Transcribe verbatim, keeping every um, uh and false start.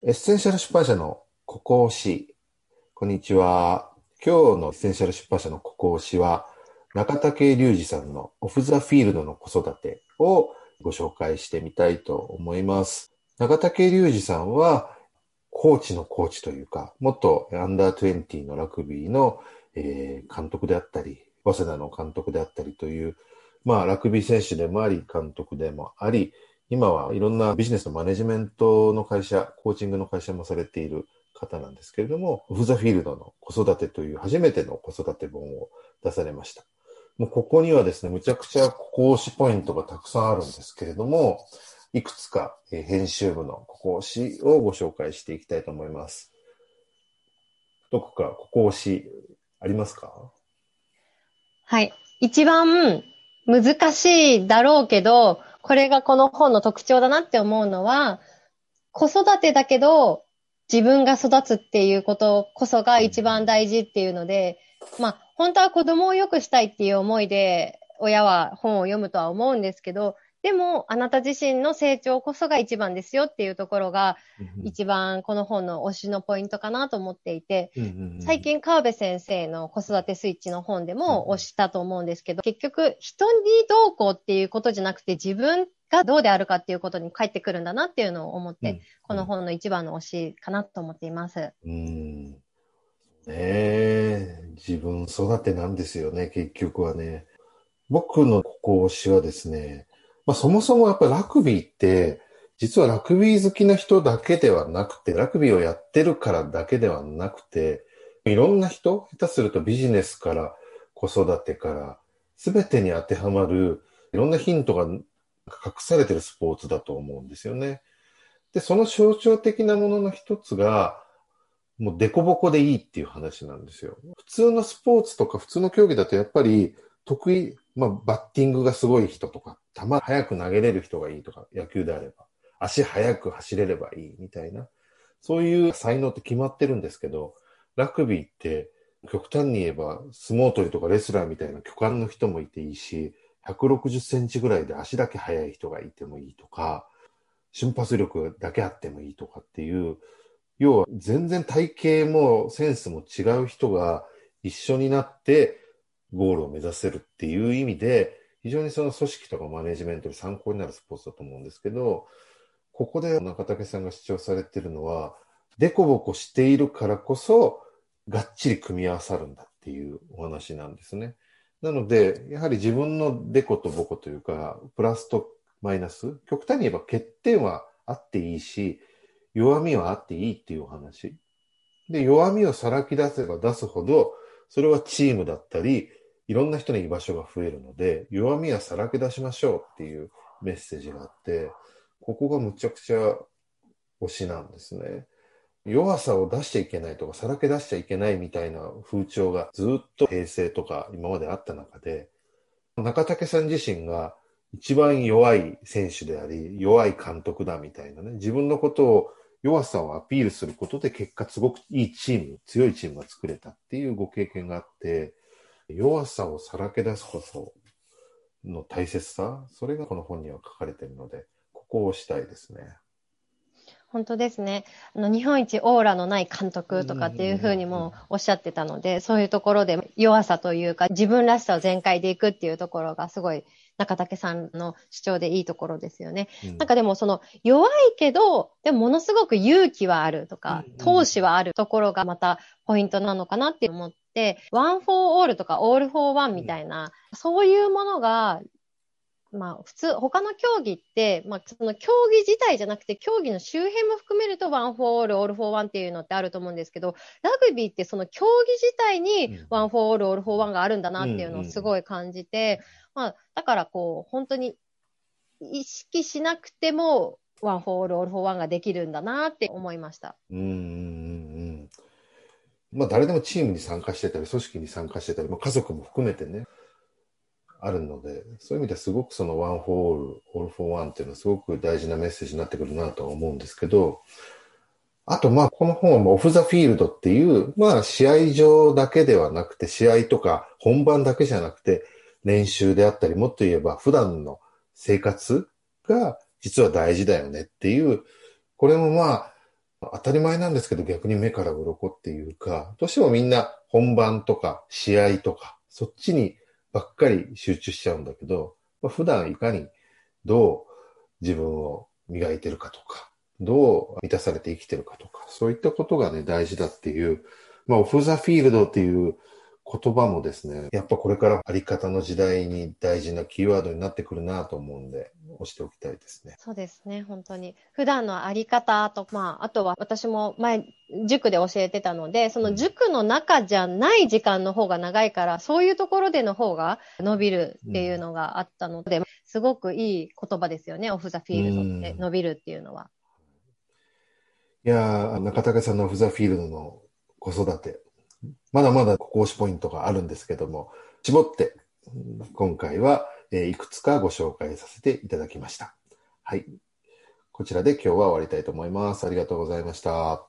エッセンシャル出版社のここ推し。こんにちは。今日のエッセンシャル出版社のここ推しは、中竹隆二さんのオフザフィールドの子育てをご紹介してみたいと思います。中竹隆二さんは、コーチのコーチというか、元アンダーにじゅうのラグビーの、えー監督であったり、早稲田の監督であったりという、まあ、ラグビー選手でもあり、監督でもあり、今はいろんなビジネスのマネジメントの会社、コーチングの会社もされている方なんですけれども、オフ・ザ・フィールドの子育てという初めての子育て本を出されました。もうここにはですね、むちゃくちゃ講師ポイントがたくさんあるんですけれども、いくつかえー編集部の講師をご紹介していきたいと思います。どこか講師ありますか？ はい。一番難しいだろうけど、これがこの本の特徴だなって思うのは、子育てだけど自分が育つっていうことこそが一番大事っていうので、まあ本当は子供を良くしたいっていう思いで親は本を読むとは思うんですけど、でもあなた自身の成長こそが一番ですよっていうところがうん一番この本の推しのポイントかなと思っていて、 うんうんうん最近川辺先生の子育てスイッチの本でうんも推したと思うんですけど、結局人にどうこうっていうことじゃなくて自分がどうであるかっていうことに返ってくるんだなっていうのを思って、 うんこの本の一番の推しかなと思っています。 うんうんねえ、自分育てなんですよね、結局はね。僕のここ推しはですね、まあそもそもやっぱりラグビーって、実はラグビー好きな人だけではなくて、ラグビーをやってるからだけではなくて、いろんな人、下手するとビジネスから子育てから、すべてに当てはまる、いろんなヒントが隠されてるスポーツだと思うんですよね。で、その象徴的なものの一つが、もうデコボコでいいっていう話なんですよ。普通のスポーツとか普通の競技だとやっぱり得意、まあバッティングがすごい人とか、球速く投げれる人がいいとか、野球であれば、足速く走れればいいみたいな、そういう才能って決まってるんですけど、ラグビーって極端に言えば相撲取りとかレスラーみたいな巨漢の人もいていいし、ひゃくろくじゅっセンチぐらいで足だけ速い人がいてもいいとか、瞬発力だけあってもいいとかっていう、要は全然体型もセンスも違う人が一緒になってゴールを目指せるっていう意味で、非常にその組織とかマネジメントに参考になるスポーツだと思うんですけど、ここで中竹さんが主張されているのは、デコボコしているからこそ、がっちり組み合わさるんだっていうお話なんですね。なので、やはり自分のデコとボコというか、プラスとマイナス、極端に言えば欠点はあっていいし、弱みはあっていいっていうお話。で、弱みをさらき出せば出すほど、それはチームだったり、いろんな人に居場所が増えるので、弱みはさらけ出しましょうっていうメッセージがあって、ここがむちゃくちゃ推しなんですね。弱さを出しちゃいけないとか、さらけ出しちゃいけないみたいな風潮がずっと平成とか今まであった中で、中竹さん自身が一番弱い選手であり、弱い監督だみたいなね、自分のことを、弱さをアピールすることで結果すごくいいチーム、強いチームが作れたっていうご経験があって、弱さをさらけ出すことの大切さ、それがこの本には書かれているので、ここをしたいですね。 本当ですね。あの、日本一オーラのない監督とうんうんうんかっていうふうにもおっしゃってたので、そういうところで弱さというか、自分らしさを全開でいくっていうところがすごい中竹さんの主張でいいところですよね。 うんなんかでもその弱いけど、でもものすごく勇気はあるとうんか、闘うん志はあるところがまたポイントなのかなって思って、ワンフォーオールとかオールフォーワンみたいな、そういうものがまあ普通、他の競技って、まあその競技自体じゃなくて競技の周辺も含めるとワンフォーオール、オールフォーワンっていうのってあると思うんですけど、ラグビーってその競技自体にうんワンフォーオール、オールフォーワンがあるんだなうんっていうのをすうんごい感じて、まあだからこう本当に意識しなくてもワンフォーオール、オールフォーワンができるんだなって思いました。 うんうんうんうんまあ誰でもチームに参加してたり、組織に参加してたり、まあ、家族も含めてね、あるので、そういう意味ではすごくそのワンフォーオール、オールフォーワンっていうのはすごく大事なメッセージになってくるなとは思うんですけど、あとまあこの本はもうオフザフィールドっていう、まあ試合上だけではなくて、試合とか本番だけじゃなくて、練習であったり、もっと言えば普段の生活が実は大事だよねっていう、これもまあ当たり前なんですけど逆に目から鱗っていうか、どうしてもみんな本番とか試合とか、そっちにばっかり集中しちゃうんだけど、まあ、普段いかにどう自分を磨いてるかとか、どう満たされて生きてるかとか、そういったことがね、大事だっていう、まあ、オフ・ザ・フィールドっていう言葉もですね、やっぱこれからあり方の時代に大事なキーワードになってくるなと思うんで、押しておきたいですね。 そうですね、本当に。普段のあり方と、まあ、あとは私も前、塾で教えてたので、その塾の中じゃない時間の方が長いから、そういうところでの方が伸びるっていうのがあったので、すごくいい言葉ですよね、オフ・ザ・フうィールドってん。 伸びるっていうのは。 いやー、中竹さんのオフ・ザ・フィールドの子育て、まだまだ講師ポイントがあるんですけども、絞って今回は、えーいくつかご紹介させていただきました。はい。こちらで今日は終わりたいと思います。ありがとうございました。